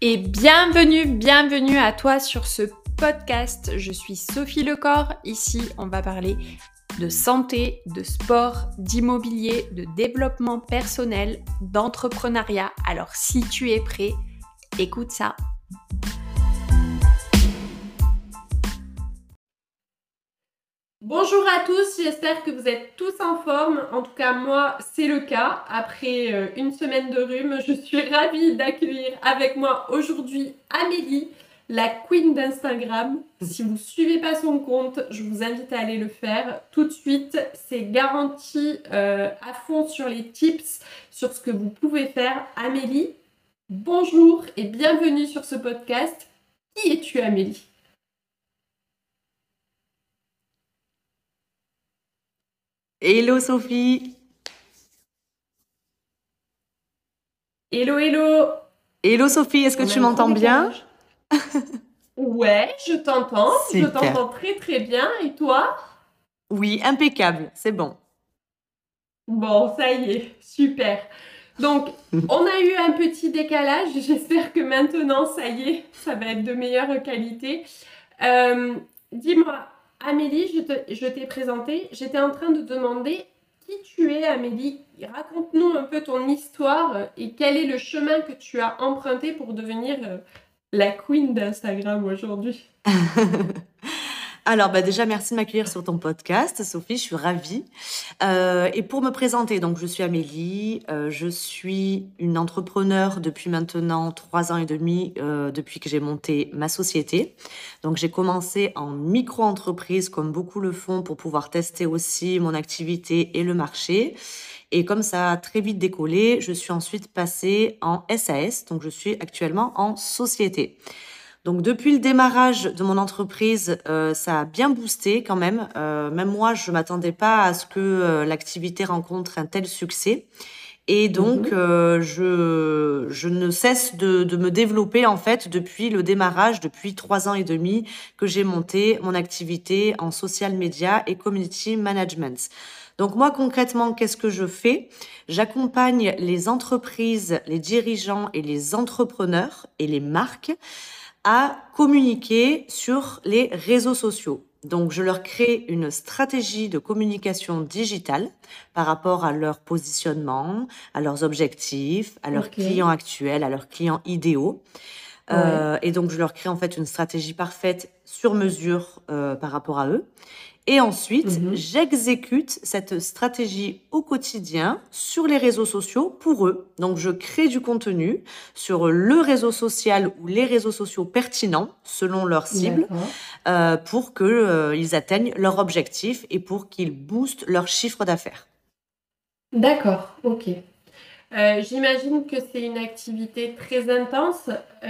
Et bienvenue à toi sur ce podcast. Je suis Sophie Lecor. Ici, on va parler de santé, de sport, d'immobilier, de développement personnel, d'entrepreneuriat. Alors si tu es prêt, écoute ça. Bonjour à tous, j'espère que vous êtes tous en forme. En tout cas, moi, c'est le cas. Après une semaine de rhume, je suis ravie d'accueillir avec moi aujourd'hui Amélie, la queen d'Instagram. Si vous ne suivez pas son compte, je vous invite à aller le faire tout de suite. C'est garanti à fond sur les tips, sur ce que vous pouvez faire. Amélie, bonjour et bienvenue sur ce podcast. Qui es-tu, Amélie ? Hello Sophie. Hello. Hello Sophie, est-ce que tu m'entends bien? Ouais, je t'entends. Super. Je t'entends très très bien. Et toi? Oui, impeccable, c'est bon. Bon, ça y est, super. Donc, on a eu un petit décalage. J'espère que maintenant, ça y est, ça va être de meilleure qualité. Dis-moi, Amélie, je t'ai présentée. J'étais en train de demander qui tu es, Amélie. Raconte-nous un peu ton histoire et quel est le chemin que tu as emprunté pour devenir la queen d'Instagram aujourd'hui. Alors, déjà, merci de m'accueillir sur ton podcast, Sophie, je suis ravie. Et pour me présenter, donc, je suis Amélie, je suis une entrepreneure depuis maintenant 3 ans et demi, depuis que j'ai monté ma société. Donc, j'ai commencé en micro-entreprise, comme beaucoup le font, pour pouvoir tester aussi mon activité et le marché. Et comme ça a très vite décollé, je suis ensuite passée en SAS, donc je suis actuellement en société. Donc depuis le démarrage de mon entreprise, ça a bien boosté quand même. Même moi, je m'attendais pas à ce que l'activité rencontre un tel succès. Et donc, je ne cesse de me développer en fait depuis le démarrage, depuis 3 ans et demi que j'ai monté mon activité en social media et community management. Donc moi concrètement, qu'est-ce que je fais? J'accompagne les entreprises, les dirigeants et les entrepreneurs et les marques à communiquer sur les réseaux sociaux. Donc, je leur crée une stratégie de communication digitale par rapport à leur positionnement, à leurs objectifs, à leurs clients actuels, à leurs clients idéaux. Et donc, je leur crée en fait une stratégie parfaite sur mesure par rapport à eux. Et ensuite, j'exécute cette stratégie au quotidien sur les réseaux sociaux pour eux. Donc, je crée du contenu sur le réseau social ou les réseaux sociaux pertinents selon leur cible pour qu'ils atteignent leur objectif et pour qu'ils boostent leur chiffre d'affaires. D'accord, ok. J'imagine que c'est une activité très intense.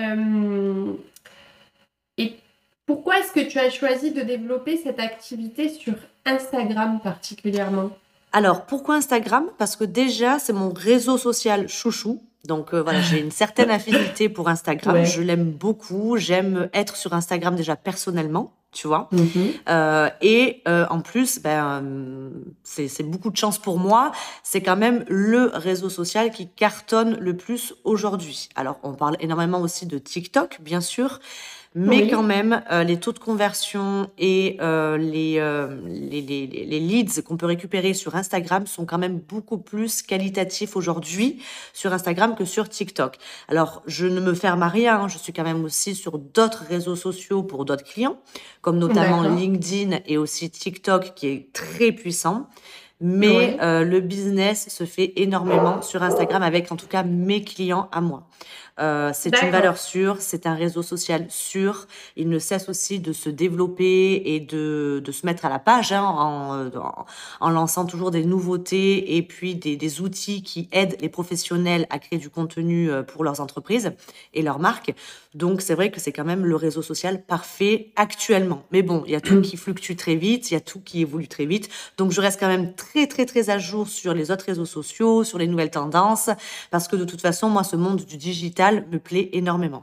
Et pourquoi est-ce que tu as choisi de développer cette activité sur Instagram particulièrement ? Alors, pourquoi Instagram? Parce que déjà, c'est mon réseau social chouchou. Donc voilà, j'ai une certaine affinité pour Instagram. Je l'aime beaucoup. J'aime être sur Instagram déjà personnellement, tu vois. Et en plus, c'est beaucoup de chance pour moi. C'est quand même le réseau social qui cartonne le plus aujourd'hui. Alors, on parle énormément aussi de TikTok, bien sûr. Mais quand même, les taux de conversion et les leads qu'on peut récupérer sur Instagram sont quand même beaucoup plus qualitatifs aujourd'hui sur Instagram que sur TikTok. Alors, je ne me ferme à rien, hein, je suis quand même aussi sur d'autres réseaux sociaux pour d'autres clients, comme notamment LinkedIn et aussi TikTok qui est très puissant. Mais le business se fait énormément sur Instagram avec en tout cas mes clients à moi. C'est une valeur sûre, c'est un réseau social sûr. Il ne cesse aussi de se développer et de se mettre à la page en lançant toujours des nouveautés et puis des outils qui aident les professionnels à créer du contenu pour leurs entreprises et leurs marques. Donc c'est vrai que c'est quand même le réseau social parfait actuellement. Mais bon, il y a tout qui fluctue très vite, il y a tout qui évolue très vite. Donc je reste quand même très à jour sur les autres réseaux sociaux, sur les nouvelles tendances, parce que de toute façon, moi, ce monde du digital me plaît énormément.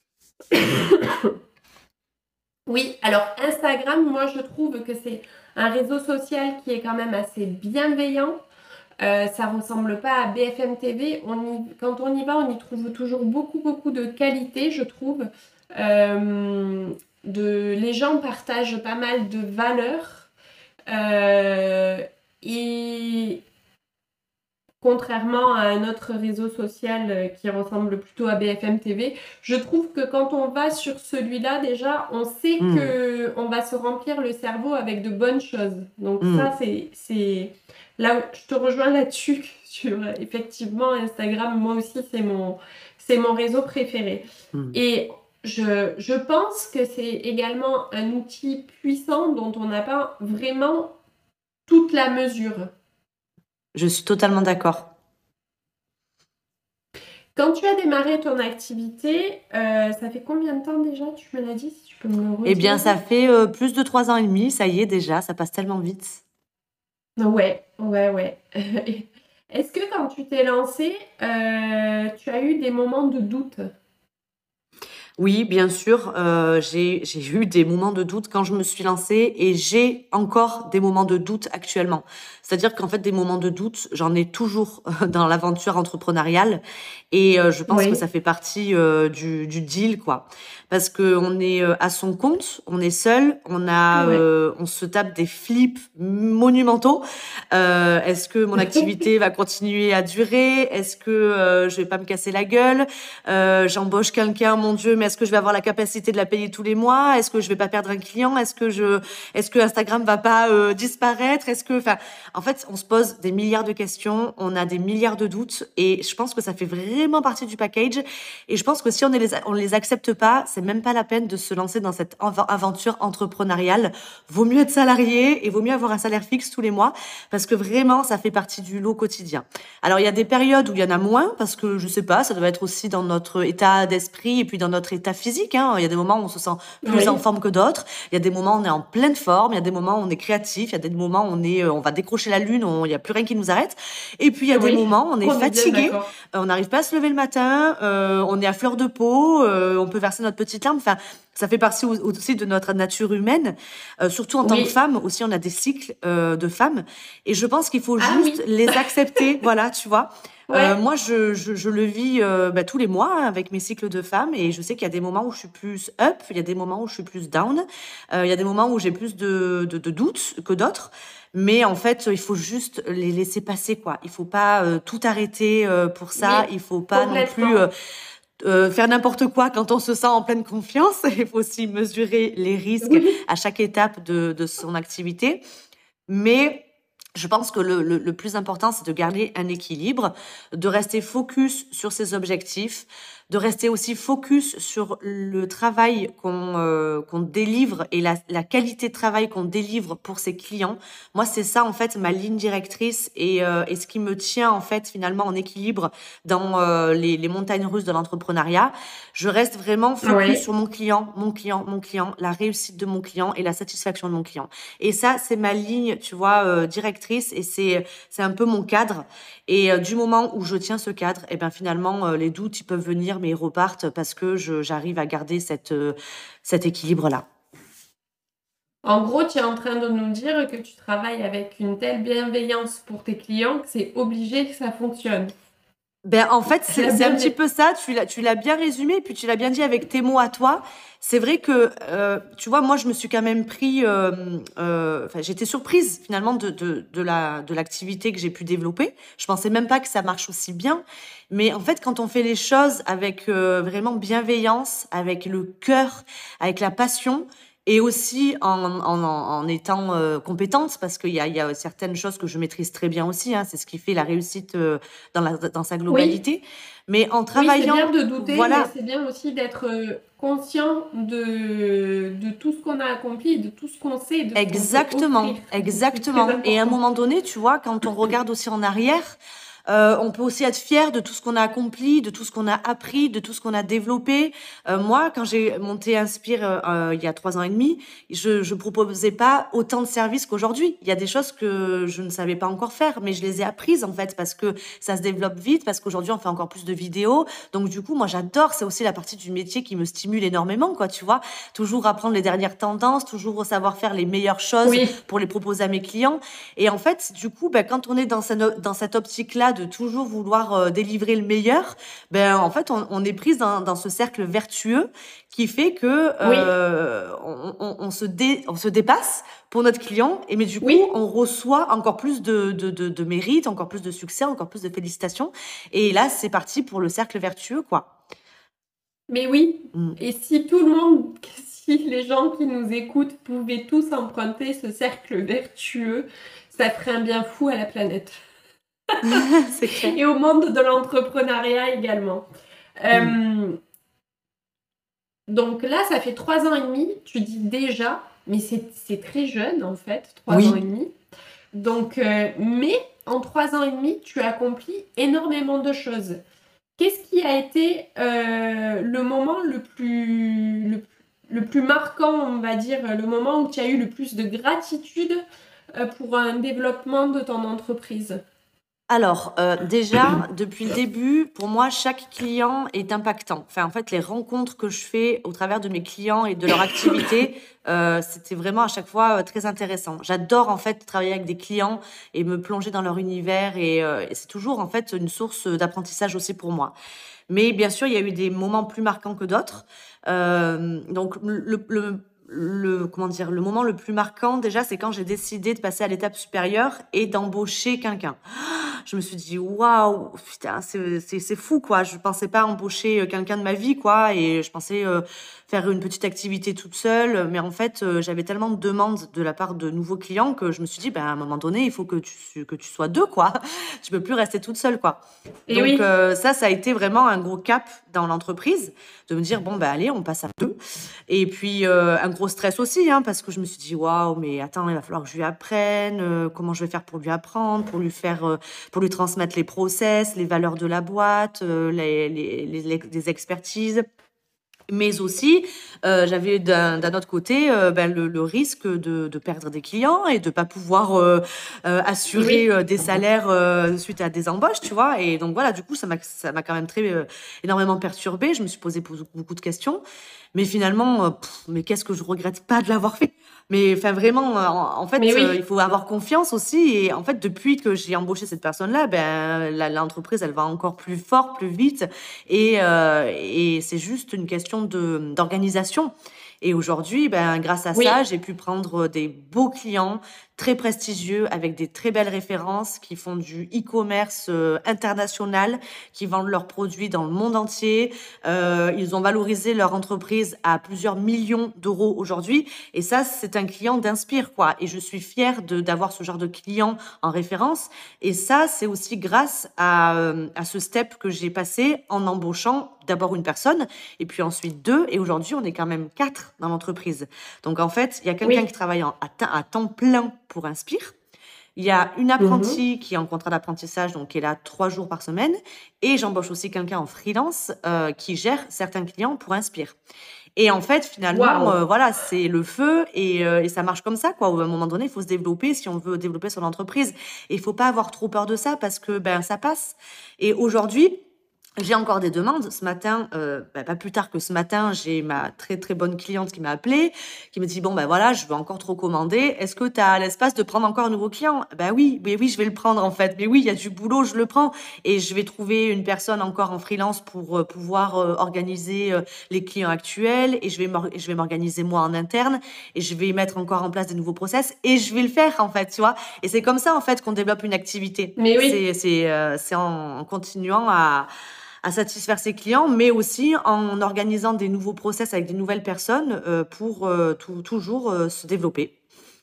Oui, alors Instagram, moi je trouve que c'est un réseau social qui est quand même assez bienveillant. Ça ressemble pas à BFM TV. Quand on y va, on y trouve toujours beaucoup, beaucoup de qualité, je trouve. Euh, les gens partagent pas mal de valeurs. Euh, et contrairement à un autre réseau social qui ressemble plutôt à BFM TV, je trouve que quand on va sur celui-là, déjà, on sait que on va se remplir le cerveau avec de bonnes choses. Donc ça, c'est là où je te rejoins là-dessus. Effectivement, Instagram, moi aussi, c'est mon réseau préféré. Et je pense que c'est également un outil puissant dont on n'a pas vraiment toute la mesure. Je suis totalement d'accord. Quand tu as démarré ton activité, ça fait combien de temps déjà? Tu me l'as dit, si tu peux me le redire. Eh bien, ça fait plus de 3 ans et demi, ça y est déjà, ça passe tellement vite. Ouais. Est-ce que quand tu t'es lancée, tu as eu des moments de doute? Oui, bien sûr, j'ai eu des moments de doute quand je me suis lancée et j'ai encore des moments de doute actuellement. C'est-à-dire qu'en fait, des moments de doute, j'en ai toujours dans l'aventure entrepreneuriale et je pense que ça fait partie du deal, quoi. Parce que on est à son compte, on est seul, on se tape des flips monumentaux. Est-ce que mon activité va continuer à durer? Est-ce que je vais pas me casser la gueule? J'embauche quelqu'un, mon Dieu, mais est-ce que je vais avoir la capacité de la payer tous les mois? Est-ce que je vais pas perdre un client? Est-ce que Instagram va pas disparaître? Enfin, en fait, on se pose des milliards de questions, on a des milliards de doutes, et je pense que ça fait vraiment partie du package. Et je pense que si on les accepte pas, c'est même pas la peine de se lancer dans cette aventure entrepreneuriale. Vaut mieux être salarié et vaut mieux avoir un salaire fixe tous les mois, parce que vraiment, ça fait partie du lot quotidien. Alors, il y a des périodes où il y en a moins, parce que je sais pas, ça doit être aussi dans notre état d'esprit et puis dans notre état physique, hein. Il y a des moments où on se sent plus en forme que d'autres. Il y a des moments où on est en pleine forme. Il y a des moments où on est créatif. Il y a des moments où on va décrocher la lune. Il y a plus rien qui nous arrête. Et puis, il y a des moments où on est fatigué. On n'arrive pas à se lever le matin. On est à fleur de peau. On peut verser notre petite larme. Enfin, ça fait partie aussi de notre nature humaine. Surtout en tant que femme, aussi, on a des cycles de femmes. Et je pense qu'il faut juste les accepter. Voilà, tu vois. Moi, je le vis tous les mois, hein, avec mes cycles de femme, et je sais qu'il y a des moments où je suis plus up, il y a des moments où je suis plus down, il y a des moments où j'ai plus de doutes que d'autres. Mais en fait, il faut juste les laisser passer, quoi. Il faut pas tout arrêter pour ça. Il faut pas non plus faire n'importe quoi quand on se sent en pleine confiance. Il faut aussi mesurer les risques à chaque étape de son activité. Mais je pense que le plus important, c'est de garder un équilibre, de rester focus sur ses objectifs, de rester aussi focus sur le travail qu'on délivre et la qualité de travail qu'on délivre pour ses clients. Moi, c'est ça, en fait, ma ligne directrice et ce qui me tient, en fait, finalement, en équilibre dans les montagnes russes de l'entrepreneuriat. Je reste vraiment focus sur mon client, la réussite de mon client et la satisfaction de mon client. Et ça, c'est ma ligne, tu vois, directrice, et c'est un peu mon cadre. Et du moment où je tiens ce cadre, et ben finalement, les doutes, ils peuvent venir, mais ils repartent parce que j'arrive à garder cet équilibre-là. En gros, tu es en train de nous dire que tu travailles avec une telle bienveillance pour tes clients que c'est obligé que ça fonctionne. Ben, en fait, c'est un petit peu ça. Tu l'as bien résumé, puis tu l'as bien dit avec tes mots à toi. C'est vrai que, tu vois, moi, je me suis quand même pris, j'étais surprise finalement de l'activité que j'ai pu développer. Je pensais même pas que ça marche aussi bien. Mais en fait, quand on fait les choses avec vraiment bienveillance, avec le cœur, avec la passion, et aussi en étant compétente, parce qu'il y a certaines choses que je maîtrise très bien aussi, hein, c'est ce qui fait la réussite dans sa globalité. Mais en travaillant, c'est bien de douter, mais c'est bien aussi d'être conscient de tout ce qu'on a accompli, de tout ce qu'on sait, de exactement. Et à un moment donné, tu vois, quand on regarde aussi en arrière, On peut aussi être fier de tout ce qu'on a accompli, de tout ce qu'on a appris, de tout ce qu'on a développé. Moi, quand j'ai monté Inspire il y a 3 ans et demi, je proposais pas autant de services qu'aujourd'hui. Il y a des choses que je ne savais pas encore faire, mais je les ai apprises en fait parce que ça se développe vite, parce qu'aujourd'hui on fait encore plus de vidéos. Donc du coup, moi j'adore. C'est aussi la partie du métier qui me stimule énormément, quoi. Tu vois, toujours apprendre les dernières tendances, toujours savoir faire les meilleures choses Oui, pour les proposer à mes clients. Et en fait, du coup, ben, quand on est dans cette optique-là de toujours vouloir délivrer le meilleur, ben en fait, on est prise dans ce cercle vertueux qui fait que oui, on se dépasse pour notre client, et mais du coup, oui, on reçoit encore plus de mérite, encore plus de succès, encore plus de félicitations. Et là, c'est parti pour le cercle vertueux, quoi. mais oui. Mm. Et si tout le monde, si les gens qui nous écoutent pouvaient tous emprunter ce cercle vertueux, ça ferait un bien fou à la planète. C'est clair. Et au monde de l'entrepreneuriat également. Mm. Euh, donc là, ça fait 3 ans et demi, tu dis déjà, mais c'est très jeune en fait, trois ans et Oui. demi. Donc, mais en 3 ans et demi, tu as accompli énormément de choses. Qu'est-ce qui a été le moment le plus marquant, on va dire, le moment où tu as eu le plus de gratitude pour un développement de ton entreprise? Alors, déjà, depuis le début, pour moi, chaque client est impactant. Enfin, en fait, les rencontres que je fais au travers de mes clients et de leur activité, c'était vraiment à chaque fois très intéressant. J'adore en fait travailler avec des clients et me plonger dans leur univers, et c'est toujours en fait une source d'apprentissage aussi pour moi. Mais bien sûr, il y a eu des moments plus marquants que d'autres. Donc, comment dire, le moment le plus marquant, déjà, c'est quand j'ai décidé de passer à l'étape supérieure et d'embaucher quelqu'un. Je me suis dit, waouh, putain, c'est fou, quoi. Je pensais pas embaucher quelqu'un de ma vie, quoi. Et je pensais faire une petite activité toute seule. Mais en fait, j'avais tellement de demandes de la part de nouveaux clients que je me suis dit, ben, à un moment donné, il faut que tu sois deux, quoi. Tu peux plus rester toute seule, quoi. Et Donc oui, ça a été vraiment un gros cap dans l'entreprise, de me dire bon ben allez, on passe à deux. Et puis un gros stress aussi, hein, parce que je me suis dit waouh, mais attends, il va falloir que je lui apprenne, comment je vais faire pour lui apprendre, pour lui transmettre les process, les valeurs de la boîte, les expertises. Mais aussi, j'avais d'un autre côté ben, le risque de perdre des clients et de pas pouvoir et assurer oui. des salaires suite à des embauches, tu vois. Et donc voilà, du coup, ça m'a quand même très énormément perturbée. Je me suis posé beaucoup de questions. Mais finalement, mais qu'est-ce que je regrette pas de l'avoir fait. Mais enfin vraiment, en Mais fait, il oui. faut avoir confiance aussi. Et en fait, depuis que j'ai embauché cette personne-là, ben l'entreprise, elle va encore plus fort, plus vite. Et c'est juste une question d'organisation. Et aujourd'hui, ben, grâce à ça, Oui. j'ai pu prendre des beaux clients très prestigieux avec des très belles références qui font du e-commerce international, qui vendent leurs produits dans le monde entier. Ils ont valorisé leur entreprise à plusieurs millions d'euros aujourd'hui. Et ça, c'est un client d'Inspire, quoi. Et je suis fière d'avoir ce genre de client en référence. Et ça, c'est aussi grâce à ce step que j'ai passé en embauchant d'abord une personne et puis ensuite deux. Et aujourd'hui, on est quand même quatre dans l'entreprise. Donc, en fait, il y a quelqu'un qui Oui. travaille à temps plein pour Inspire. Il y a une Mhm. apprentie qui est en contrat d'apprentissage, donc qui est là 3 jours par semaine. Et j'embauche aussi quelqu'un en freelance qui gère certains clients pour Inspire. Et en fait, finalement, Waouh. voilà, c'est le feu et ça marche comme ça, quoi. À un moment donné, il faut se développer si on veut développer son entreprise. Et il faut pas avoir trop peur de ça parce que ben ça passe. Et aujourd'hui, j'ai encore des demandes. Ce matin, pas plus tard que ce matin, j'ai ma très très bonne cliente qui m'a appelée, qui me dit bon ben voilà, je veux encore te recommander. Est-ce que tu as l'espace de prendre encore un nouveau client? Ben oui, oui, oui, je vais le prendre en fait. Mais oui, il y a du boulot, je le prends et je vais trouver une personne encore en freelance pour pouvoir organiser les clients actuels et je vais m'organiser moi en interne et je vais mettre encore en place des nouveaux process et je vais le faire en fait, tu vois. Et c'est comme ça en fait qu'on développe une activité. Mais oui. C'est en continuant à satisfaire ses clients, mais aussi en organisant des nouveaux process avec des nouvelles personnes pour toujours se développer.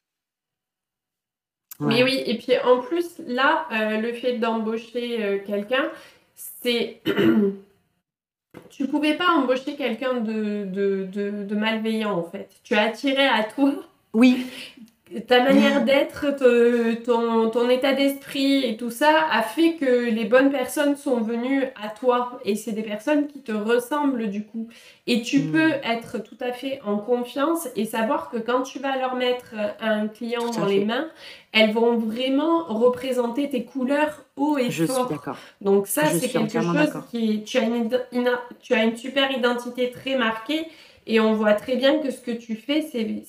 Mais Voilà. oui. Et puis en plus, là, le fait d'embaucher quelqu'un, c'est. Tu pouvais pas embaucher quelqu'un de malveillant en fait. Tu as attiré à toi Oui, ta manière d'être, ton état d'esprit et tout ça a fait que les bonnes personnes sont venues à toi et c'est des personnes qui te ressemblent du coup. Et tu peux Hmm, être tout à fait en confiance et savoir que quand tu vas leur mettre un client tout dans à les fait. mains, elles vont vraiment représenter tes couleurs haut et Je suis fort. d'accord. Donc ça, Je c'est suis quelque entièrement chose d'accord. tu as tu as une super identité très marquée et on voit très bien que ce que tu fais,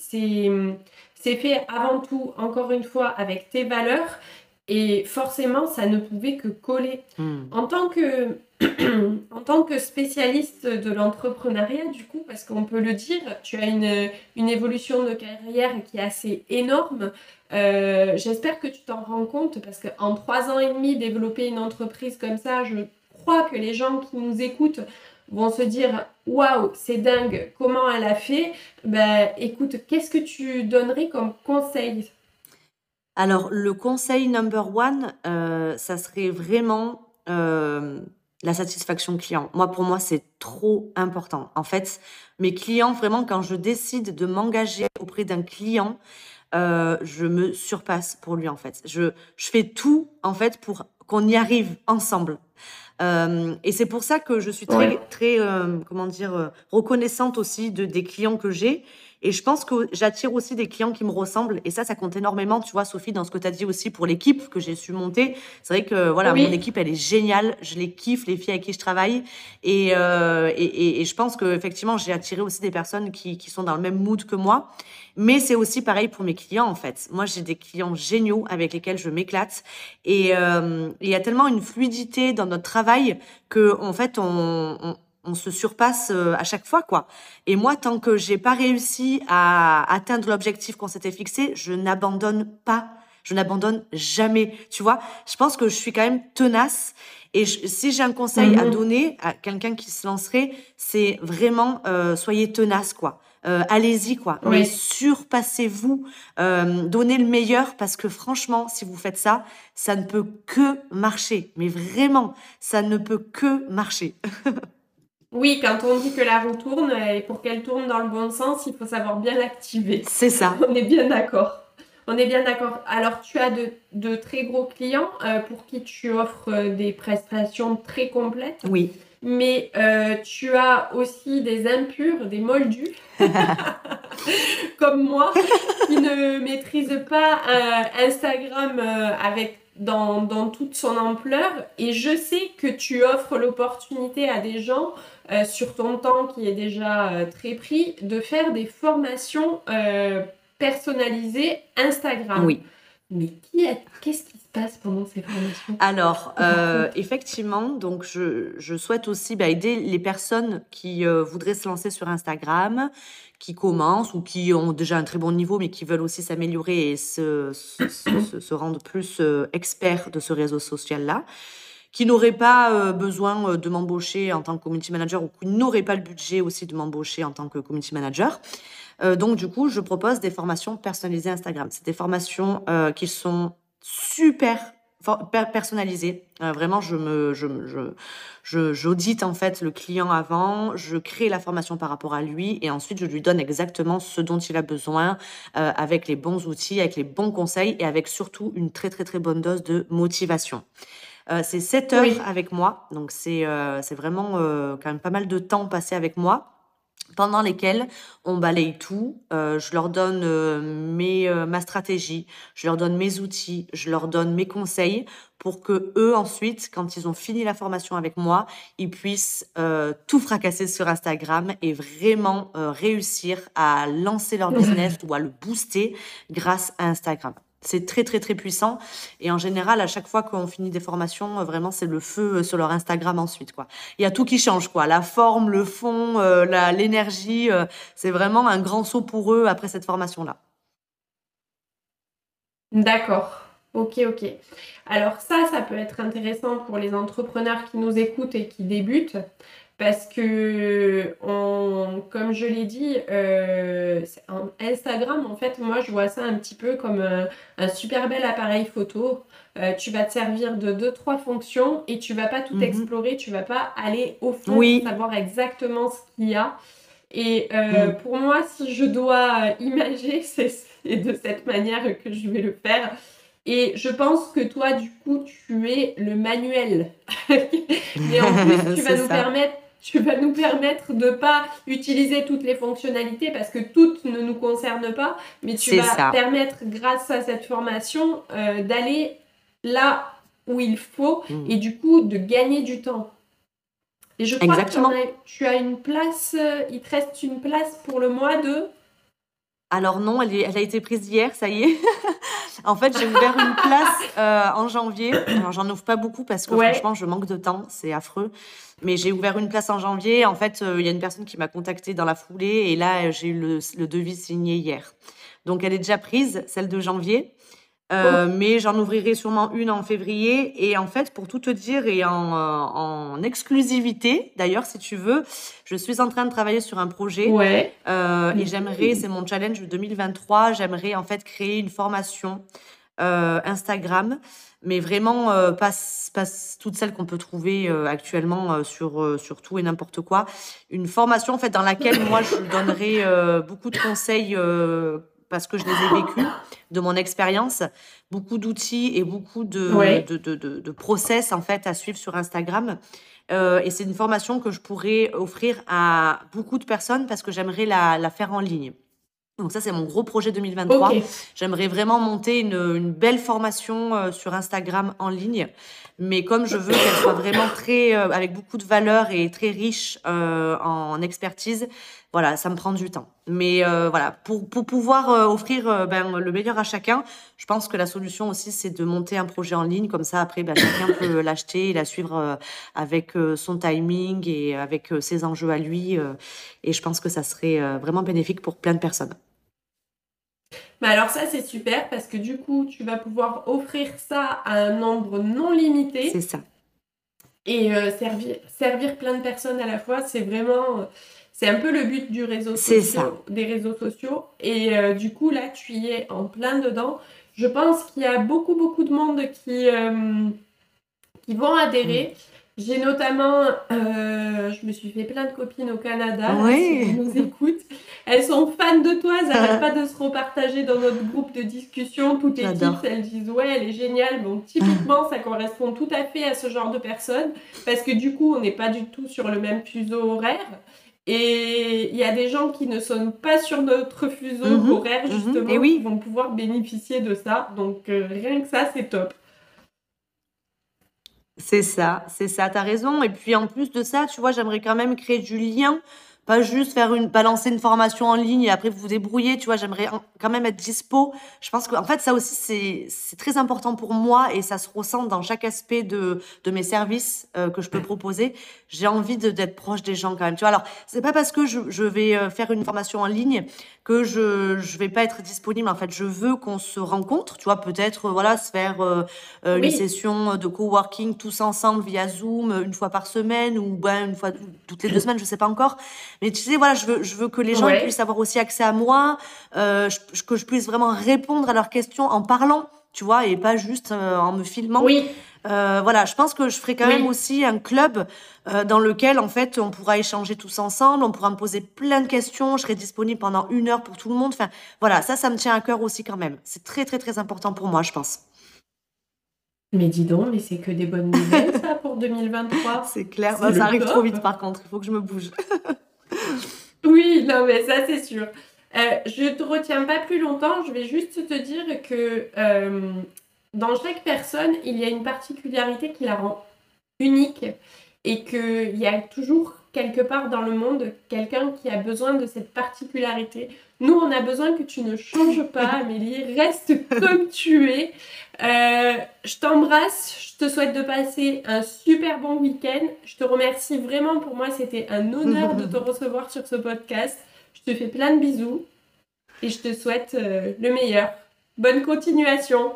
c'est fait avant tout, encore une fois, avec tes valeurs et forcément, ça ne pouvait que coller. Hmm. En tant que, en tant que spécialiste de l'entrepreneuriat, du coup, parce qu'on peut le dire, tu as une évolution de carrière qui est assez énorme. J'espère que tu t'en rends compte parce qu'en 3 ans et demi, développer une entreprise comme ça, je crois que les gens qui nous écoutent vont se dire waouh, c'est dingue, comment elle a fait. Ben, écoute, qu'est-ce que tu donnerais comme conseil? Alors, le conseil number one, ça serait vraiment la satisfaction client. Pour moi, c'est trop important. En fait, mes clients, vraiment, quand je décide de m'engager auprès d'un client, je me surpasse pour lui, en fait. Je fais tout, en fait, pour qu'on y arrive ensemble. Et c'est pour ça que je suis Ouais. très, très, comment dire, reconnaissante aussi des clients que j'ai. Et je pense que j'attire aussi des clients qui me ressemblent. Et ça compte énormément, tu vois, Sophie, dans ce que tu as dit aussi pour l'équipe que j'ai su monter. C'est vrai que, voilà, mon Oui, équipe, elle est géniale. Je les kiffe, les filles avec qui je travaille. Et je pense que, effectivement, j'ai attiré aussi des personnes qui sont dans le même mood que moi. Mais c'est aussi pareil pour mes clients, en fait. Moi, j'ai des clients géniaux avec lesquels je m'éclate. Et il y a tellement une fluidité dans notre travail que en fait on se surpasse à chaque fois quoi. Et moi tant que j'ai pas réussi à atteindre l'objectif qu'on s'était fixé, je n'abandonne pas. Je n'abandonne jamais, tu vois. Je pense que je suis quand même tenace. Et si j'ai un conseil à mhm. donner à quelqu'un qui se lancerait, c'est vraiment soyez tenace quoi. Allez-y quoi, mais Oui. surpassez-vous, donnez le meilleur parce que franchement, si vous faites ça, ça ne peut que marcher. Mais vraiment, ça ne peut que marcher. Oui, quand on dit que la roue tourne, et pour qu'elle tourne dans le bon sens, il faut savoir bien l'activer. C'est ça. On est bien d'accord. On est bien d'accord. Alors, tu as de très gros clients pour qui tu offres des prestations très complètes, Oui. mais tu as aussi des impurs, des moldus, comme moi, qui ne maîtrisent pas Instagram dans toute son ampleur. Et je sais que tu offres l'opportunité à des gens, sur ton temps qui est déjà très pris, de faire des formations personnalisées Instagram. Oui. Mais qu'est-ce qui se passe pendant ces formations? Alors, Raconte. effectivement, donc je souhaite aussi aider les personnes qui voudraient se lancer sur Instagram, qui commencent ou qui ont déjà un très bon niveau, mais qui veulent aussi s'améliorer et se rendre plus experts de ce réseau social-là, qui n'auraient pas besoin de m'embaucher en tant que community manager ou qui n'auraient pas le budget aussi de m'embaucher en tant que community manager. Donc, du coup, je propose des formations personnalisées Instagram. C'est des formations qui sont super personnalisées. Vraiment, j'audite en fait le client avant, je crée la formation par rapport à lui et ensuite je lui donne exactement ce dont il a besoin avec les bons outils, avec les bons conseils et avec surtout une très très très bonne dose de motivation. C'est 7 heures Oui, avec moi, donc c'est vraiment quand même pas mal de temps passé avec moi pendant lesquels on balaye tout. Je leur donne ma stratégie, je leur donne mes outils, je leur donne mes conseils pour que eux ensuite, quand ils ont fini la formation avec moi, ils puissent tout fracasser sur Instagram et vraiment réussir à lancer leur business ou à le booster grâce à Instagram. C'est très très très puissant et en général à chaque fois qu'on finit des formations vraiment c'est le feu sur leur Instagram ensuite quoi. Il y a tout qui change quoi, la forme, le fond, l'énergie, c'est vraiment un grand saut pour eux après cette formation là. d'accord. Ok, ok. Alors ça peut être intéressant pour les entrepreneurs qui nous écoutent et qui débutent, parce que, comme je l'ai dit, Instagram, en fait, moi, je vois ça un petit peu comme un super bel appareil photo. Tu vas te servir de deux, trois fonctions et tu vas pas tout Mhm. explorer, tu vas pas aller au fond pour Oui. savoir exactement ce qu'il y a. Et Mm. pour moi, si je dois imager, et de cette manière que je vais le faire. Et je pense que toi, du coup, tu es le manuel. Mais en plus, C'est ça. tu vas nous permettre de pas utiliser toutes les fonctionnalités parce que toutes ne nous concernent pas, mais tu C'est vas ça. permettre, grâce à cette formation, d'aller là où il faut Mm. et du coup de gagner du temps. Et je crois que Exactement. tu as une place, il te reste une place pour le mois de... Alors non, elle a été prise hier, ça y est. En fait, j'ai ouvert une place en janvier. Alors, j'en ouvre pas beaucoup parce que Ouais, franchement, je manque de temps. C'est affreux. Mais j'ai ouvert une place en janvier. En fait, il y a une personne qui m'a contactée dans la foulée. Et là, j'ai eu le devis signé hier. Donc, elle est déjà prise, celle de janvier. ok. Mais j'en ouvrirai sûrement une en février. Et en fait, pour tout te dire, et en exclusivité, d'ailleurs, si tu veux, je suis en train de travailler sur un projet. Ouais. Et j'aimerais, c'est mon challenge de 2023, j'aimerais en fait créer une formation Instagram, mais vraiment pas toutes celles qu'on peut trouver actuellement sur tout et n'importe quoi. Une formation en fait dans laquelle moi je donnerai beaucoup de conseils parce que je les ai vécus, de mon expérience, beaucoup d'outils et beaucoup Ouais. de process en fait à suivre sur Instagram. Et c'est une formation que je pourrais offrir à beaucoup de personnes parce que j'aimerais la faire en ligne. Donc ça, c'est mon gros projet Ok. 2023. J'aimerais vraiment monter une belle formation sur Instagram en ligne. Mais comme je veux qu'elle soit vraiment très, avec beaucoup de valeur et très riche en expertise, voilà, ça me prend du temps. Mais voilà, pour pouvoir offrir ben, le meilleur à chacun, je pense que la solution aussi, c'est de monter un projet en ligne. Comme ça, après, ben, chacun peut l'acheter et la suivre avec son timing et avec ses enjeux à lui. Et je pense que ça serait vraiment bénéfique pour plein de personnes. Mais alors ça, c'est super parce que du coup, tu vas pouvoir offrir ça à un nombre non C'est limité ça. et servir plein de personnes à la fois. C'est vraiment... c'est un peu le but C'est ça. des réseaux sociaux. Et du coup, là, tu y es en plein dedans. Je pense qu'il y a beaucoup de monde qui vont Mm. adhérer. J'ai notamment, je me suis fait plein de copines au Canada, là, si elles Oui, nous écoutent. Elles sont fans de toi, elles n'arrêtent pas de se repartager dans notre groupe de discussion. Tous tes tips, j'adore. elles disent ouais, elle est géniale. Donc typiquement, ça correspond tout à fait à ce genre de personnes parce que du coup, on n'est pas du tout sur le même fuseau horaire. Et il y a des gens qui ne sont pas sur notre fuseau Mhm, horaire mhm. Et justement qui oui, vont pouvoir bénéficier de ça. Donc rien que ça, c'est top. c'est ça, t'as raison. Et puis en plus de ça, tu vois, j'aimerais quand même créer du lien, pas juste balancer une formation en ligne et après vous vous débrouillez, tu vois, j'aimerais quand même être dispo. Je pense qu'en fait, ça aussi, c'est très important pour moi et ça se ressent dans chaque aspect de mes services que je peux proposer. J'ai envie d'être proche des gens quand même, tu vois. Alors, c'est pas parce que je vais faire une formation en ligne que je vais pas être disponible. En fait, je veux qu'on se rencontre, tu vois, peut-être, voilà, se faire une Oui, session de coworking tous ensemble via Zoom une fois par semaine ou ben, une fois toutes les 2 semaines, je sais pas encore. Mais tu sais, voilà, je veux que les gens ils puissent ouais. avoir aussi accès à moi, que je puisse vraiment répondre à leurs questions en parlant, tu vois, et pas juste en me filmant. Oui, Voilà, je pense que je ferai quand même oui. aussi un club dans lequel, en fait, on pourra échanger tous ensemble, on pourra me poser plein de questions, je serai disponible pendant 1 heure pour tout le monde. Enfin, voilà, ça me tient à cœur aussi quand même. C'est très important pour moi, je pense. Mais dis donc, mais c'est que des bonnes nouvelles, ça, pour 2023. C'est clair. C'est Bah, ça le arrive trop top. vite, par contre. Il faut que je me bouge. Oui, non, mais ça, c'est sûr. Je te retiens pas plus longtemps. Je vais juste te dire que dans chaque personne, il y a une particularité qui la rend unique et qu'il y a toujours quelque part dans le monde quelqu'un qui a besoin de cette particularité. Nous, on a besoin que tu ne changes pas, Amélie, reste comme tu es. Je t'embrasse, je te souhaite de passer un super bon week-end. Je te remercie vraiment, pour moi, c'était un honneur de te recevoir sur ce podcast. Je te fais plein de bisous et je te souhaite le meilleur. Bonne continuation.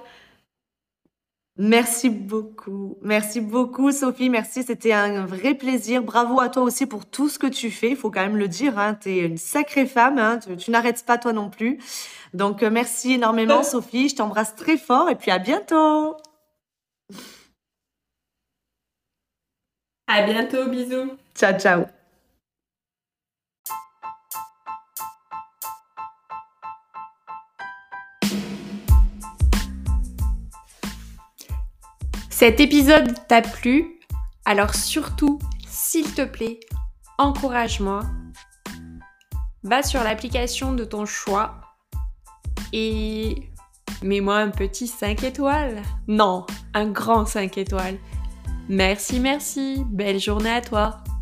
Merci beaucoup. Merci beaucoup, Sophie. Merci. C'était un vrai plaisir. Bravo à toi aussi pour tout ce que tu fais. Il faut quand même le dire, hein. Tu es une sacrée femme, hein. Tu n'arrêtes pas toi non plus. Donc, merci énormément, Sophie. Je t'embrasse très fort et puis à bientôt. À bientôt, bisous. Ciao, ciao. Cet épisode t'a plu? Alors surtout, s'il te plaît, encourage-moi. Va sur l'application de ton choix et mets-moi un petit 5 étoiles. Non, un grand 5 étoiles. Merci, belle journée à toi.